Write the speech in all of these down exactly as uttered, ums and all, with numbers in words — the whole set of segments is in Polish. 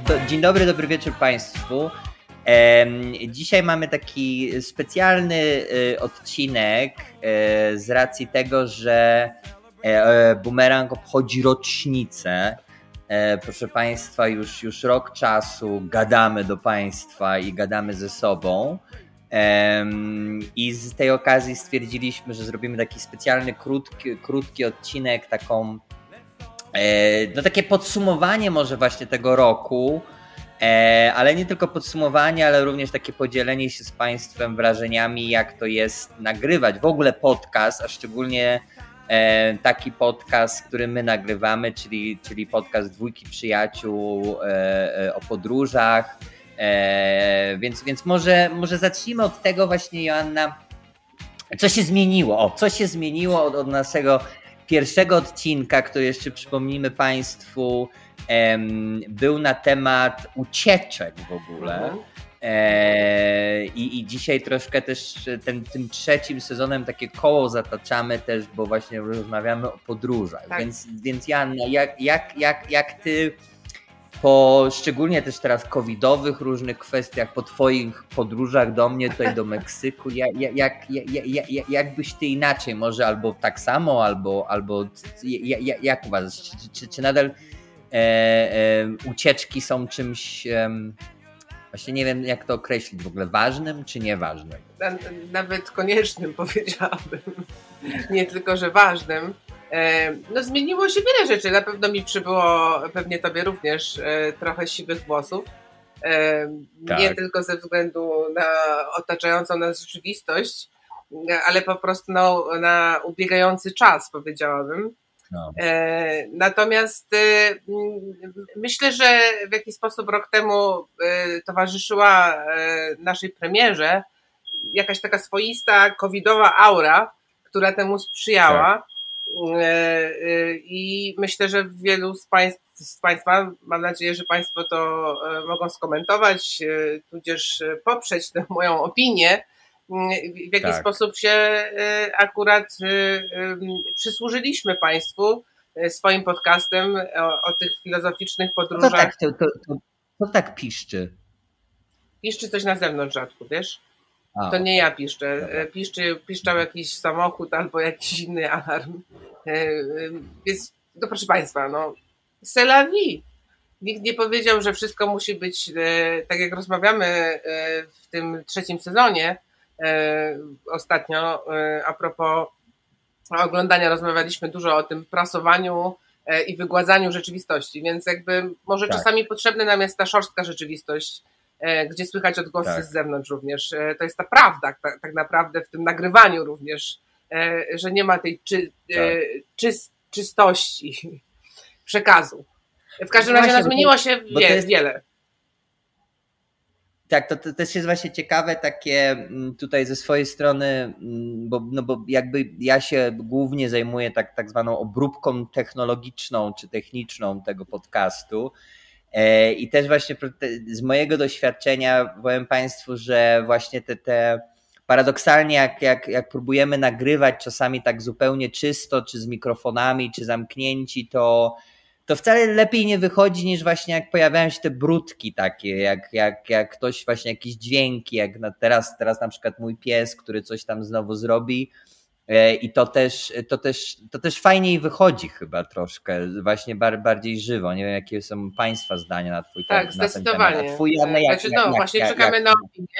To dzień dobry, dobry wieczór Państwu. Dzisiaj mamy taki specjalny odcinek z racji tego, że Boomerang obchodzi rocznicę. Proszę Państwa, już, już rok czasu gadamy do Państwa i gadamy ze sobą. I z tej okazji stwierdziliśmy, że zrobimy taki specjalny, krótki, krótki odcinek, taką, no takie podsumowanie może właśnie tego roku, ale nie tylko podsumowanie, ale również takie podzielenie się z Państwem wrażeniami, jak to jest nagrywać w ogóle podcast, a szczególnie taki podcast, który my nagrywamy, czyli, czyli podcast Dwójki Przyjaciół o podróżach. Więc, więc może, może zacznijmy od tego właśnie, Joanna, co się zmieniło? O, co się zmieniło od, od naszego pierwszego odcinka, który jeszcze przypomnijmy Państwu, em, był na temat ucieczek w ogóle. Mhm. E, i, I dzisiaj troszkę też ten, tym trzecim sezonem takie koło zataczamy też, bo właśnie rozmawiamy o podróżach. Tak. Więc, więc Joanna, jak, jak, jak, jak ty po szczególnie też teraz covidowych różnych kwestiach, po twoich podróżach do mnie, tutaj do Meksyku, jak, jak, jak, jak, jak byś ty inaczej może, albo tak samo, albo, albo jak, jak uważasz, czy, czy, czy nadal e, e, ucieczki są czymś, e, właśnie nie wiem jak to określić w ogóle, ważnym czy nieważnym? Nawet koniecznym powiedziałabym, nie tylko, że ważnym. No zmieniło się wiele rzeczy, na pewno mi przybyło, pewnie tobie również, trochę siwych włosów, tak. Nie tylko ze względu na otaczającą nas rzeczywistość, ale po prostu na, na ubiegający czas, powiedziałabym. No. Natomiast myślę, że w jakiś sposób rok temu towarzyszyła naszej premierze jakaś taka swoista covidowa aura, która temu sprzyjała. Tak. I myślę, że wielu z, państw, z Państwa, mam nadzieję, że Państwo to mogą skomentować, tudzież poprzeć tę moją opinię, w jaki tak. sposób się akurat przysłużyliśmy Państwu swoim podcastem o, o tych filozoficznych podróżach. To tak, to, to, to, to tak piszczy. Piszczy coś na zewnątrz, Rzadku, wiesz? A, to nie ja piszczę. Piszczy, piszczał jakiś samochód albo jakiś inny alarm. Więc, no proszę Państwa, no c'est la vie. Nikt nie powiedział, że wszystko musi być tak jak rozmawiamy w tym trzecim sezonie. Ostatnio a propos oglądania rozmawialiśmy dużo o tym prasowaniu i wygładzaniu rzeczywistości, więc jakby może tak. czasami potrzebna nam jest ta szorstka rzeczywistość, gdzie słychać odgłosy tak. z zewnątrz również. To jest ta prawda tak, tak naprawdę w tym nagrywaniu również, że nie ma tej czy, tak. czyst, czystości przekazu. W każdym razie no zmieniło się wie, jest... wiele. Tak, to, to też jest właśnie ciekawe takie tutaj ze swojej strony, bo, no bo jakby ja się głównie zajmuję tak, tak zwaną obróbką technologiczną czy techniczną tego podcastu. I też właśnie z mojego doświadczenia powiem Państwu, że właśnie te, te paradoksalnie jak, jak, jak próbujemy nagrywać czasami tak zupełnie czysto, czy z mikrofonami, czy zamknięci, to, to wcale lepiej nie wychodzi niż właśnie jak pojawiają się te brudki takie, jak, jak, jak ktoś właśnie jakieś dźwięki, jak na teraz, teraz na przykład mój pies, który coś tam znowu zrobi. I to też, to, też, to też fajniej wychodzi chyba troszkę, właśnie bar, bardziej żywo. Nie wiem, jakie są Państwa zdania na Twój tak, temat. Zdecydowanie. Na ten Twój, jak, jak, znaczy, no jak, właśnie jak, czekamy jak, na opinię.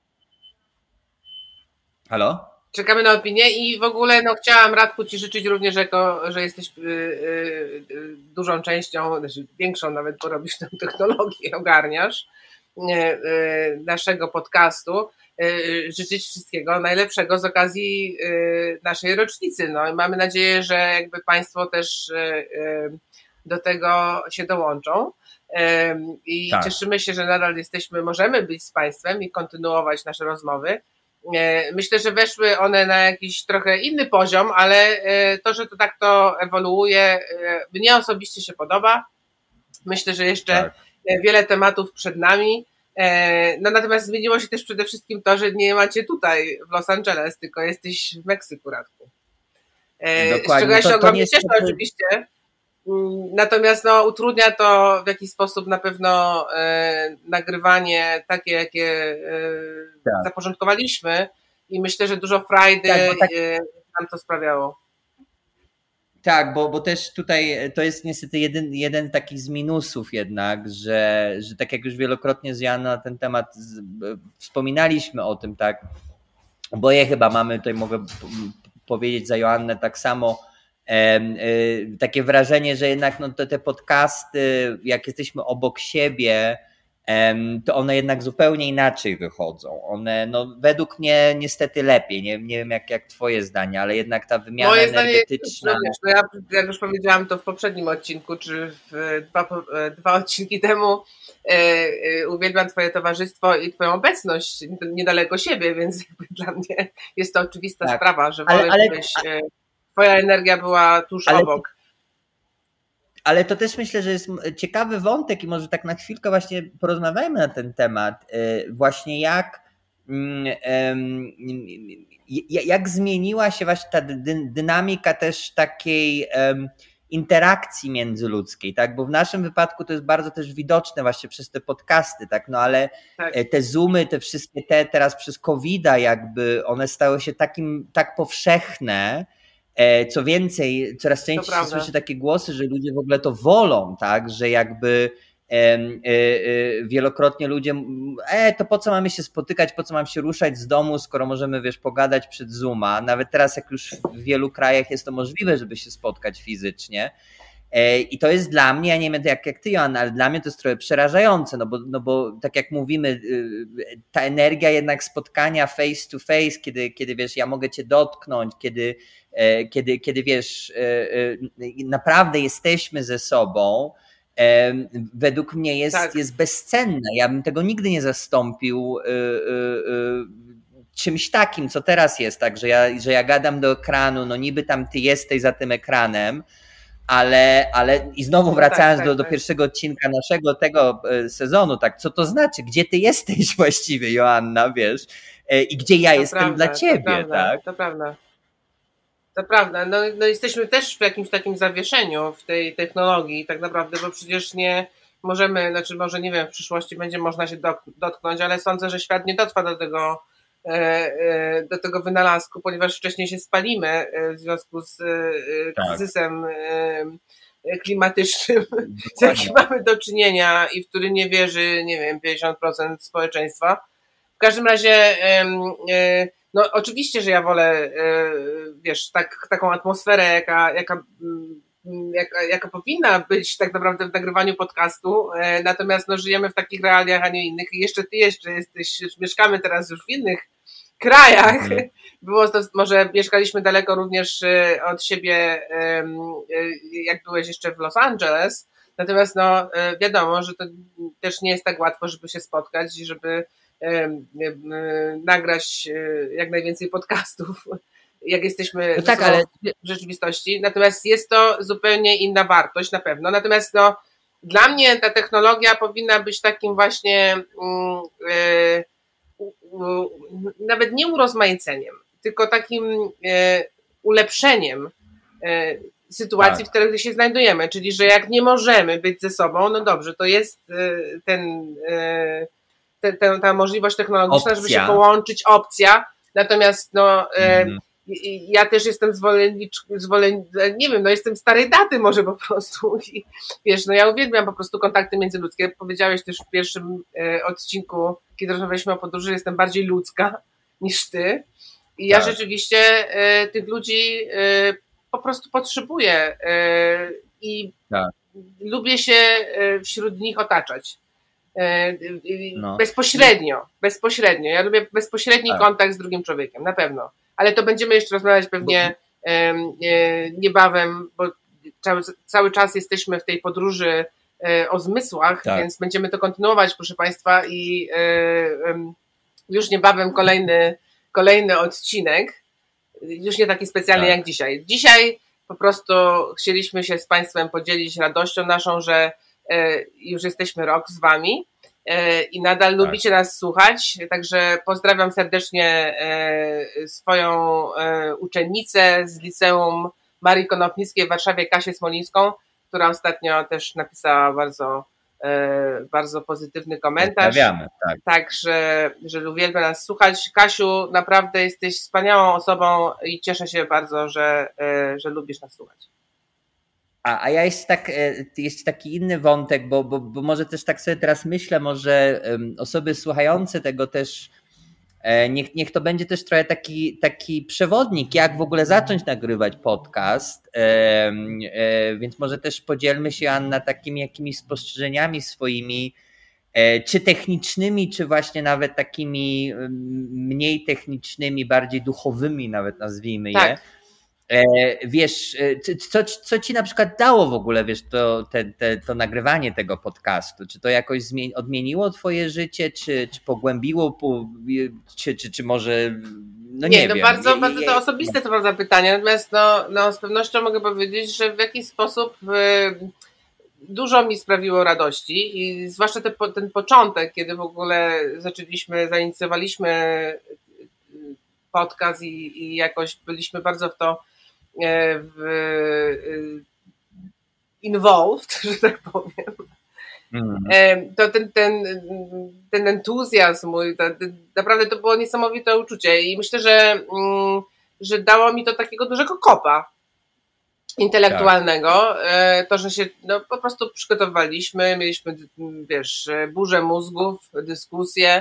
Halo? Czekamy na opinię i w ogóle no, chciałam Radku Ci życzyć również, jako, że jesteś yy, yy, dużą częścią, znaczy większą nawet, bo robisz tę technologię, ogarniasz yy, yy, naszego podcastu. Życzyć wszystkiego najlepszego z okazji naszej rocznicy. No i mamy nadzieję, że jakby Państwo też do tego się dołączą. I tak. cieszymy się, że nadal jesteśmy, możemy być z Państwem i kontynuować nasze rozmowy. Myślę, że weszły one na jakiś trochę inny poziom, ale to, że to tak to ewoluuje, mnie osobiście się podoba. Myślę, że jeszcze tak. wiele tematów przed nami. No natomiast zmieniło się też przede wszystkim to, że nie macie tutaj w Los Angeles, tylko jesteś w Meksyku, Radku. Dokładnie. Z czego ja się to, to ogromnie nie cieszę oczywiście. Natomiast no, utrudnia to w jakiś sposób na pewno e, nagrywanie takie, jakie e, tak. zaporządkowaliśmy i myślę, że dużo frajdy tak, tak... E, nam to sprawiało. Tak, bo, bo też tutaj to jest niestety jeden, jeden taki z minusów jednak, że, że tak jak już wielokrotnie z Joanną na ten temat z, wspominaliśmy o tym, tak, oboje chyba mamy, tutaj mogę powiedzieć za Joannę tak samo, e, e, takie wrażenie, że jednak no, te, te podcasty, jak jesteśmy obok siebie, e, to one jednak zupełnie inaczej wychodzą. One no, według mnie niestety lepiej, nie, nie wiem jak, jak twoje zdanie, ale jednak ta wymiana Moje energetyczna... Jest, no ja, jak już powiedziałam to w poprzednim odcinku, czy w dwa, dwa odcinki temu, e, e, uwielbiam twoje towarzystwo i twoją obecność niedaleko siebie, więc jakby dla mnie jest to oczywista tak. sprawa, że wolę, ale, ale, żebyś e, twoja energia była tuż ale, obok. Ale to też myślę, że jest ciekawy wątek i może tak na chwilkę właśnie porozmawiajmy na ten temat. Właśnie jak, jak zmieniła się właśnie ta dynamika też takiej interakcji międzyludzkiej, tak? Bo w naszym wypadku to jest bardzo też widoczne właśnie przez te podcasty, tak? No ale tak. te Zoomy, te wszystkie te teraz przez kowida jakby one stały się takim, tak powszechne. Co więcej, coraz częściej się słyszy takie głosy, że ludzie w ogóle to wolą, tak, że jakby e, e, e, wielokrotnie ludzie, e, to po co mamy się spotykać, po co mam się ruszać z domu, skoro możemy, wiesz, pogadać przed Zooma. Nawet teraz, jak już w wielu krajach jest to możliwe, żeby się spotkać fizycznie. I to jest dla mnie, ja nie wiem jak, jak ty, Joanna, ale dla mnie to jest trochę przerażające, no bo, no bo tak jak mówimy, ta energia jednak spotkania face to face, kiedy, kiedy wiesz, ja mogę cię dotknąć, kiedy, kiedy, kiedy wiesz, naprawdę jesteśmy ze sobą, według mnie jest, tak. jest bezcenne. Ja bym tego nigdy nie zastąpił czymś takim, co teraz jest, tak, że ja, że ja gadam do ekranu, no niby tam ty jesteś za tym ekranem, Ale, ale i znowu wracając tak, tak, do, do tak. pierwszego odcinka naszego tego sezonu, tak, co to znaczy? Gdzie ty jesteś właściwie, Joanna, wiesz? I gdzie ja to jestem prawda, dla ciebie, to prawda, tak? To prawda. To prawda. No, no jesteśmy też w jakimś takim zawieszeniu w tej technologii tak naprawdę, bo przecież nie możemy, znaczy może nie wiem, w przyszłości będzie można się dotknąć, ale sądzę, że świat nie dotrwa do tego do tego wynalazku, ponieważ wcześniej się spalimy w związku z kryzysem tak. klimatycznym, z jakim mamy do czynienia i w który nie wierzy, nie wiem, pięćdziesiąt procent społeczeństwa. W każdym razie, no oczywiście, że ja wolę, wiesz, tak, taką atmosferę, jaka, jaka, jaka, jaka powinna być tak naprawdę w nagrywaniu podcastu, natomiast no, żyjemy w takich realiach, a nie innych i jeszcze ty jeszcze jesteś, mieszkamy teraz już w innych krajach. Mhm. Było to, może mieszkaliśmy daleko również od siebie, jak byłeś jeszcze w Los Angeles, natomiast no wiadomo, że to też nie jest tak łatwo, żeby się spotkać i żeby nagrać jak najwięcej podcastów, jak jesteśmy no tak, ale... w rzeczywistości. Natomiast jest to zupełnie inna wartość na pewno. Natomiast no, dla mnie ta technologia powinna być takim właśnie yy, nawet nie urozmaiceniem, tylko takim ulepszeniem sytuacji, tak. w której się znajdujemy. Czyli, że jak nie możemy być ze sobą, no dobrze, to jest ten, ten, ten ta możliwość technologiczna, opcja. Żeby się połączyć, opcja. Natomiast no mm. ja też jestem zwolenniczką, zwolen... nie wiem, no jestem starej daty może po prostu i wiesz, no ja uwielbiam po prostu kontakty międzyludzkie. Powiedziałeś też w pierwszym e, odcinku, kiedy rozmawialiśmy o podróży, jestem bardziej ludzka niż ty i ja tak. rzeczywiście e, tych ludzi e, po prostu potrzebuję e, i tak. lubię się e, wśród nich otaczać. E, no. Bezpośrednio, bezpośrednio. Ja lubię bezpośredni tak. kontakt z drugim człowiekiem, na pewno. Ale to będziemy jeszcze rozmawiać pewnie bo... e, niebawem, bo cały, cały czas jesteśmy w tej podróży e, o zmysłach, tak. więc będziemy to kontynuować, proszę Państwa, i e, e, już niebawem kolejny, kolejny odcinek, już nie taki specjalny tak. jak dzisiaj. Dzisiaj po prostu chcieliśmy się z Państwem podzielić radością naszą, że e, już jesteśmy rok z Wami. I nadal tak. lubicie nas słuchać, także pozdrawiam serdecznie swoją uczennicę z liceum Marii Konopnickiej w Warszawie, Kasię Smolińską, która ostatnio też napisała bardzo, bardzo pozytywny komentarz. Pozdrawiamy, tak. Także, że uwielbia nas słuchać. Kasiu, naprawdę jesteś wspaniałą osobą i cieszę się bardzo, że, że lubisz nas słuchać. A, a ja jest tak, jest taki inny wątek, bo, bo, bo może też tak sobie teraz myślę, może osoby słuchające tego też, niech, niech to będzie też trochę taki, taki przewodnik, jak w ogóle zacząć nagrywać podcast, więc może też podzielmy się, Anna, takimi jakimiś spostrzeżeniami swoimi, czy technicznymi, czy właśnie nawet takimi mniej technicznymi, bardziej duchowymi nawet nazwijmy je. Tak. Wiesz, co, co ci na przykład dało w ogóle, wiesz, to, te, te, to nagrywanie tego podcastu? Czy to jakoś zmieni- odmieniło twoje życie, czy, czy pogłębiło, czy, czy, czy może, no nie, nie no wiem. bardzo, je, bardzo to osobiste to prawda pytanie, natomiast no, no z pewnością mogę powiedzieć, że w jakiś sposób y, dużo mi sprawiło radości i zwłaszcza te, ten początek, kiedy w ogóle zaczęliśmy, zainicjowaliśmy podcast i, i jakoś byliśmy bardzo w to w, involved, że tak powiem. Mm. To ten, ten, ten entuzjazm mój, to, to, naprawdę to było niesamowite uczucie i myślę, że, że dało mi to takiego dużego kopa intelektualnego, tak. To, że się no, po prostu przygotowaliśmy, mieliśmy, wiesz, burzę mózgów, dyskusje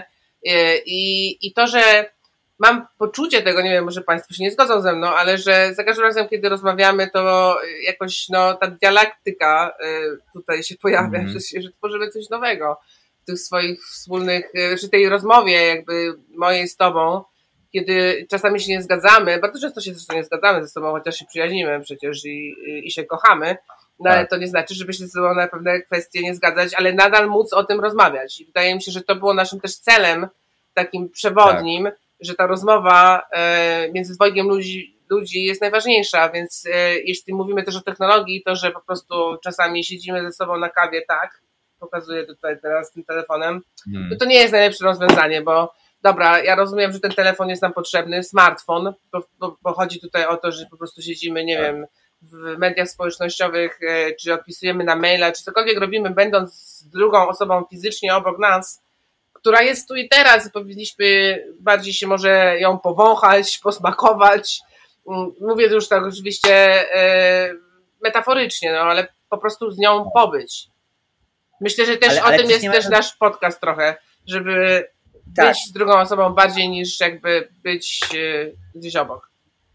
i, i to, że mam poczucie tego, nie wiem, może Państwo się nie zgodzą ze mną, ale że za każdym razem, kiedy rozmawiamy, to jakoś no, ta dialektyka tutaj się pojawia, mm. że, że tworzymy coś nowego w tych swoich wspólnych, że tej rozmowie jakby mojej z Tobą, kiedy czasami się nie zgadzamy, bardzo często się zresztą nie zgadzamy ze sobą, chociaż się przyjaźnimy przecież i, i się kochamy, no ale to nie znaczy, żeby się ze sobą na pewne kwestie nie zgadzać, ale nadal móc o tym rozmawiać. I wydaje mi się, że to było naszym też celem takim przewodnim, tak. że ta rozmowa między dwojgiem ludzi, ludzi jest najważniejsza, więc jeśli mówimy też o technologii, to że po prostu czasami siedzimy ze sobą na kawie, tak, pokazuję tutaj teraz tym telefonem, hmm. to to nie jest najlepsze rozwiązanie, bo dobra, ja rozumiem, że ten telefon jest nam potrzebny, smartfon, bo, bo, bo chodzi tutaj o to, że po prostu siedzimy, nie tak. wiem, w mediach społecznościowych, czy odpisujemy na maila, czy cokolwiek robimy, będąc z drugą osobą fizycznie obok nas, która jest tu i teraz, powinniśmy bardziej się może ją powąchać, posmakować. Mówię już tak oczywiście e, metaforycznie, no ale po prostu z nią pobyć. Myślę, że też ale, ale o tym jest też ma... nasz podcast trochę, żeby tak. być z drugą osobą bardziej niż jakby być e, gdzieś obok.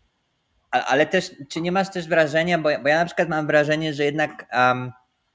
Ale też, czy nie masz też wrażenia, bo ja, bo ja na przykład mam wrażenie, że jednak um,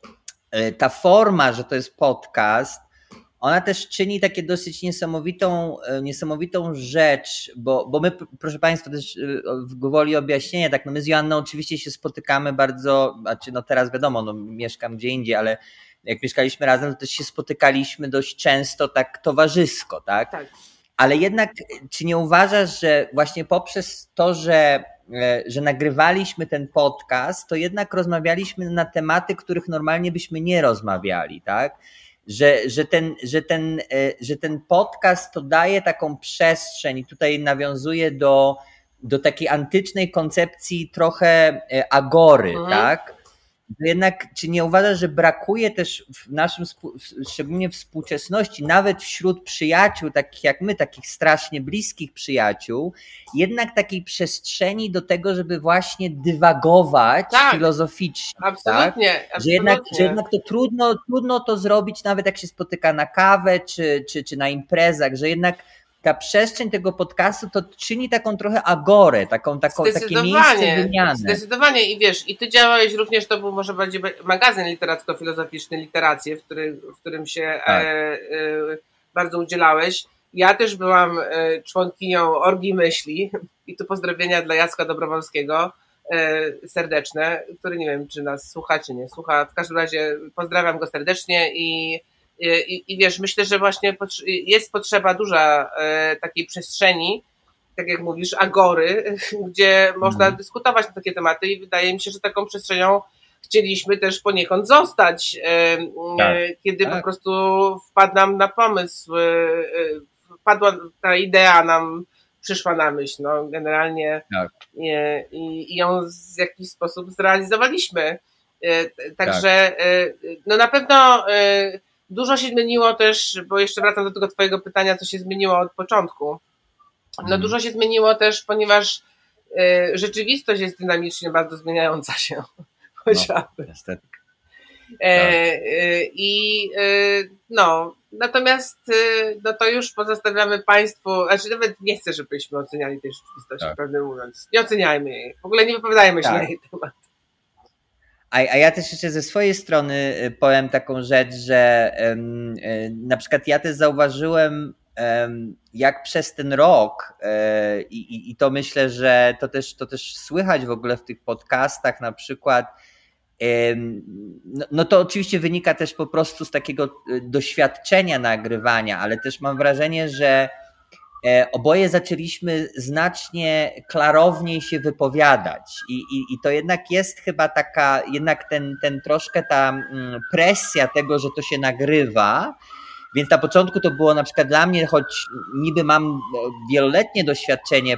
ta forma, że to jest podcast, ona też czyni takie dosyć niesamowitą, niesamowitą rzecz, bo, bo my, proszę Państwa, też gwoli objaśnienia, tak, no my z Joanną oczywiście się spotykamy bardzo, znaczy no teraz wiadomo, no mieszkam gdzie indziej, ale jak mieszkaliśmy razem, to też się spotykaliśmy dość często tak towarzysko, tak? Tak. Ale jednak, czy nie uważasz, że właśnie poprzez to, że, że nagrywaliśmy ten podcast, to jednak rozmawialiśmy na tematy, których normalnie byśmy nie rozmawiali, tak? Że, że, ten, że, ten, że ten podcast to daje taką przestrzeń i tutaj nawiązuje do, do takiej antycznej koncepcji trochę agory, mhm. tak? Jednak czy nie uważasz, że brakuje też w naszym, szczególnie w współczesności, nawet wśród przyjaciół, takich jak my, takich strasznie bliskich przyjaciół, jednak takiej przestrzeni do tego, żeby właśnie dywagować tak, filozoficznie. Absolutnie, tak? absolutnie. Że, jednak, że jednak to trudno, trudno to zrobić, nawet jak się spotyka na kawę czy, czy, czy na imprezach, że jednak ta przestrzeń tego podcastu to czyni taką trochę agorę, taką, taką takie miejsce wymiany. Zdecydowanie i wiesz, i ty działałeś również, to był może bardziej magazyn literacko-filozoficzny, Literacje, w, który, w którym się tak. e, e, bardzo udzielałeś. Ja też byłam e, członkinią Orgii Myśli i tu pozdrowienia dla Jacka Dobrowolskiego e, serdeczne, który nie wiem, czy nas słucha, czy nie słucha. W każdym razie pozdrawiam go serdecznie i I, I wiesz, myślę, że właśnie jest potrzeba duża e, takiej przestrzeni, tak jak mówisz, agory, gdzie można mm. dyskutować na takie tematy i wydaje mi się, że taką przestrzenią chcieliśmy też poniekąd zostać, e, tak, kiedy tak. po prostu wpadł nam na pomysł, e, wpadła ta idea nam, przyszła na myśl, no generalnie tak. i, i ją w jakiś sposób zrealizowaliśmy. Także no na pewno dużo się zmieniło też, bo jeszcze wracam do tego twojego pytania, co się zmieniło od początku. No mm. dużo się zmieniło też, ponieważ rzeczywistość jest dynamicznie bardzo zmieniająca się. Chociażby. No, niestety. E, I no, natomiast no to już pozostawiamy Państwu, znaczy nawet nie chcę, żebyśmy oceniali tej rzeczywistości, tak. Prawdę mówiąc. Nie oceniajmy jej, w ogóle nie wypowiadajmy tak. się na jej temat. A, a ja też jeszcze ze swojej strony powiem taką rzecz, że um, na przykład ja też zauważyłem, um, jak przez ten rok um, i, i to myślę, że to też, to też słychać w ogóle w tych podcastach na przykład. No, no to oczywiście wynika też po prostu z takiego doświadczenia nagrywania, ale też mam wrażenie, że oboje zaczęliśmy znacznie klarowniej się wypowiadać i, i, i to jednak jest chyba taka, jednak ten, ten troszkę ta presja tego, że to się nagrywa. Więc na początku to było na przykład dla mnie, choć niby mam wieloletnie doświadczenie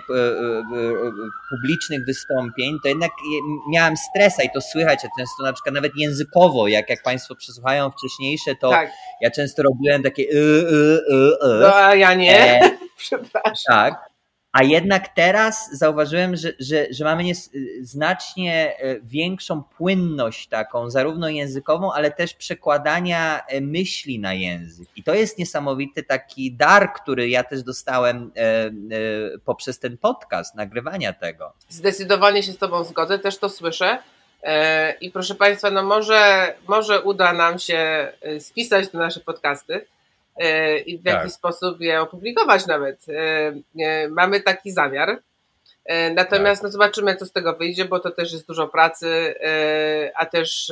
publicznych wystąpień, to jednak miałem stresa i to słychać, ja często na przykład nawet językowo, jak, jak Państwo przesłuchają wcześniejsze, to tak. ja często robiłem takie y, y, y, y. No a ja nie, e, przepraszam. Tak. A jednak teraz zauważyłem, że, że, że mamy nies- znacznie większą płynność taką, zarówno językową, ale też przekładania myśli na język. I to jest niesamowity taki dar, który ja też dostałem e, e, poprzez ten podcast, nagrywania tego. Zdecydowanie się z Tobą zgodzę, też to słyszę. E, I proszę Państwa, no może, może uda nam się spisać te nasze podcasty i w jakiś tak. sposób je opublikować nawet. Mamy taki zamiar. Natomiast tak. no zobaczymy, co z tego wyjdzie, bo to też jest dużo pracy, a też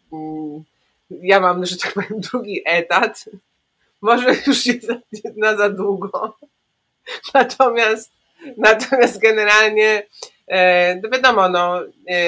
ja mam, że tak powiem, drugi etat. Może już jest na za długo. Natomiast, natomiast generalnie no wiadomo, no,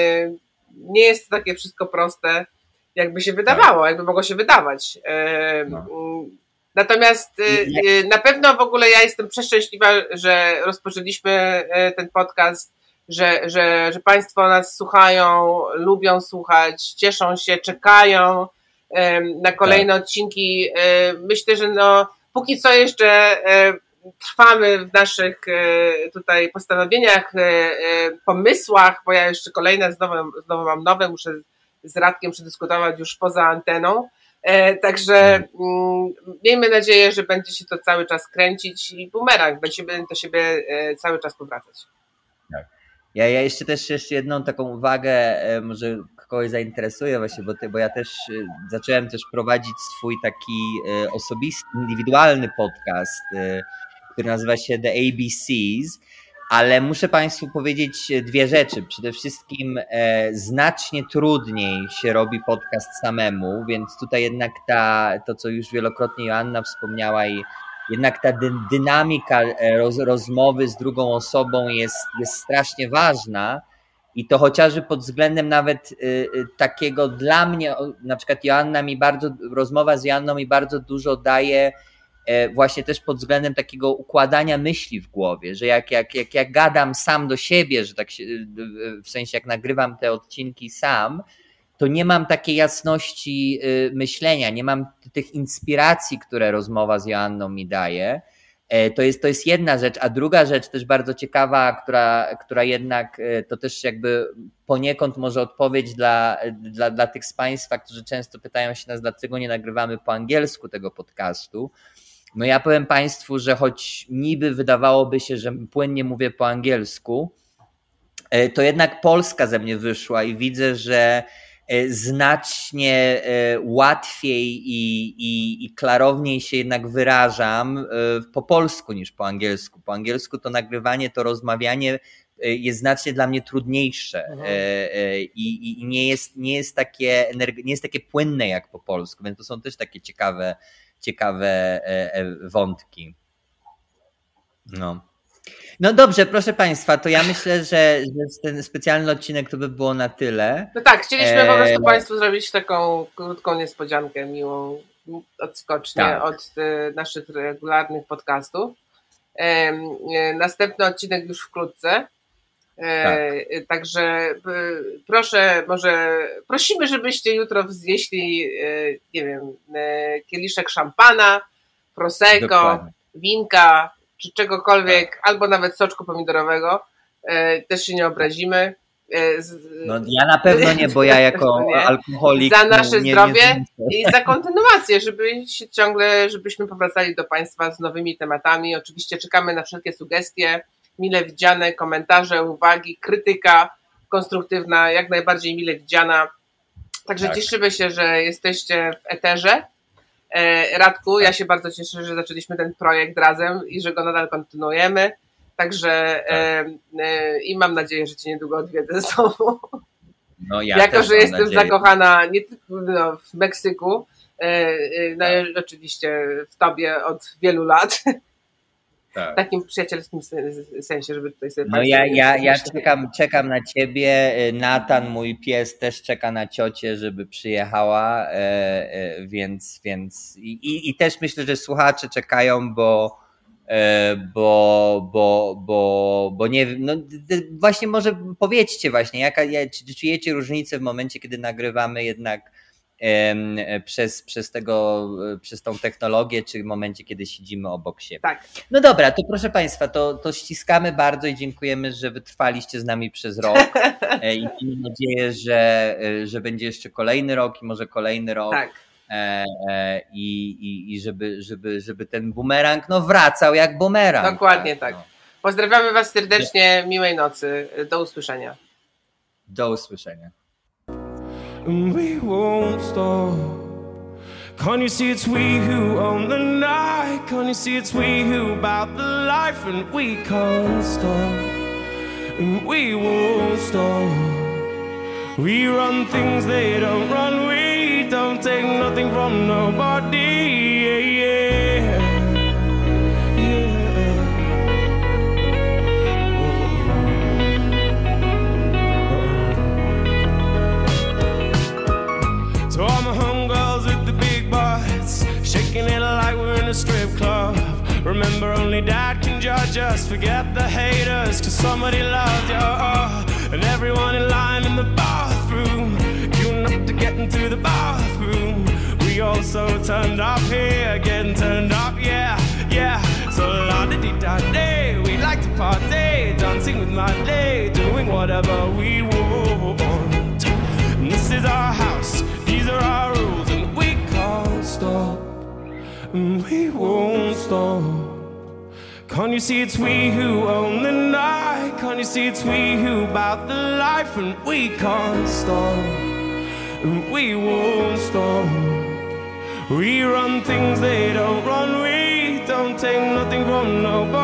nie jest to takie wszystko proste, jakby się wydawało, tak. jakby mogło się wydawać. No. Natomiast na pewno w ogóle ja jestem przeszczęśliwa, że rozpoczęliśmy ten podcast, że, że, że Państwo nas słuchają, lubią słuchać, cieszą się, czekają na kolejne tak. odcinki. Myślę, że no, póki co jeszcze trwamy w naszych tutaj postanowieniach, pomysłach, bo ja jeszcze kolejne znowu, znowu mam nowe, muszę z Radkiem przedyskutować już poza anteną. Także mm, miejmy nadzieję, że będzie się to cały czas kręcić i bumerang będzie do siebie cały czas powracać. Tak. Ja, ja jeszcze też jeszcze jedną taką uwagę, może kogoś zainteresuje właśnie, bo, ty, bo ja też zacząłem też prowadzić swój taki osobisty, indywidualny podcast, który nazywa się The A B Cs. Ale muszę Państwu powiedzieć dwie rzeczy. Przede wszystkim e, znacznie trudniej się robi podcast samemu, więc tutaj jednak ta, to co już wielokrotnie Joanna wspomniała i jednak ta dy, dynamika roz, rozmowy z drugą osobą jest, jest strasznie ważna i to chociażby pod względem nawet y, takiego dla mnie, na przykład Joanna mi bardzo, rozmowa z Joanną mi bardzo dużo daje właśnie też pod względem takiego układania myśli w głowie, że jak, jak, jak, jak gadam sam do siebie, że tak się, w sensie jak nagrywam te odcinki sam, to nie mam takiej jasności myślenia, nie mam tych inspiracji, które rozmowa z Joanną mi daje. To jest, to jest jedna rzecz, a druga rzecz też bardzo ciekawa, która, która jednak to też jakby poniekąd może odpowiedź dla, dla, dla tych z Państwa, którzy często pytają się nas, dlaczego nie nagrywamy po angielsku tego podcastu. No ja powiem Państwu, że choć niby wydawałoby się, że płynnie mówię po angielsku, to jednak polska ze mnie wyszła i widzę, że znacznie łatwiej i, i, i klarowniej się jednak wyrażam po polsku niż po angielsku. Po angielsku to nagrywanie, to rozmawianie jest znacznie dla mnie trudniejsze i, i nie jest, nie jest takie, nie jest takie płynne jak po polsku, więc to są też takie ciekawe ciekawe wątki. No. No dobrze, proszę Państwa, to ja myślę, że, że ten specjalny odcinek to by było na tyle. No tak, chcieliśmy po prostu Państwu zrobić taką krótką niespodziankę, miłą odskocznię tak. od naszych regularnych podcastów. Następny odcinek już wkrótce. Tak. Także proszę, może prosimy, żebyście jutro zjeśli, nie wiem, kieliszek szampana, prosecco, dokładnie, winka, czy czegokolwiek, tak, albo nawet soczku pomidorowego. Też się nie obrazimy. No, ja na pewno nie, bo ja jako nie. alkoholik... Za nasze nie, zdrowie nie i za kontynuację, żeby się ciągle, żebyśmy powracali do Państwa z nowymi tematami. Oczywiście czekamy na wszelkie sugestie, mile widziane, komentarze, uwagi, krytyka konstruktywna, jak najbardziej mile widziana. Także tak, cieszymy się, że jesteście w eterze. Radku, tak, ja się bardzo cieszę, że zaczęliśmy ten projekt razem i że go nadal kontynuujemy. Także tak, e, e, i mam nadzieję, że Cię niedługo odwiedzę znowu. No, ja jako, że jestem nadzieję. zakochana nie tylko no, w Meksyku, e, no tak, i oczywiście w Tobie od wielu lat. Tak. W takim przyjacielskim sensie, żeby tutaj sobie... No ja, ja, ja czekam, czekam na Ciebie. Natan, mój pies, też czeka na ciocię, żeby przyjechała, e, e, więc, więc i, i też myślę, że słuchacze czekają, bo bo, bo, bo, bo nie wiem, no właśnie może powiedzcie właśnie, jaka, czy czujecie różnicę w momencie, kiedy nagrywamy jednak um, przez, przez tego, przez tą technologię, czy w momencie, kiedy siedzimy obok siebie. Tak. No dobra, to proszę Państwa, to, to ściskamy bardzo i dziękujemy, że wytrwaliście z nami przez rok i mam nadzieję, że, że będzie jeszcze kolejny rok i może kolejny rok. Tak. I, i, i żeby, żeby, żeby ten bumerang no wracał jak bumerang. Dokładnie tak. tak. Pozdrawiamy Was serdecznie, miłej nocy. Do usłyszenia. Do usłyszenia. We won't stop. Can't you see it's we who own the night? Can't you see it's we who about the life? And we can't stop. And we won't stop. We run things they don't run. We don't take nothing from nobody. Yeah, yeah. Yeah. To all my homegirls with the big butts, shaking it like we're in a strip club. Remember, only Dad can judge us. Forget the haters, cause somebody loves you. And everyone in line in the bathroom, queuing up to get into the bathroom. We also turned up here, getting turned up, yeah, yeah. So la-di-di-da-day, we like to party, dancing with my day, doing whatever we want. And this is our house, these are our rules, and we can't stop, and we won't stop. Can't you see it's we who own the night? Can't you see it's we who about the life? And we can't stop, and we won't stop. We run things they don't run. We don't take nothing from nobody.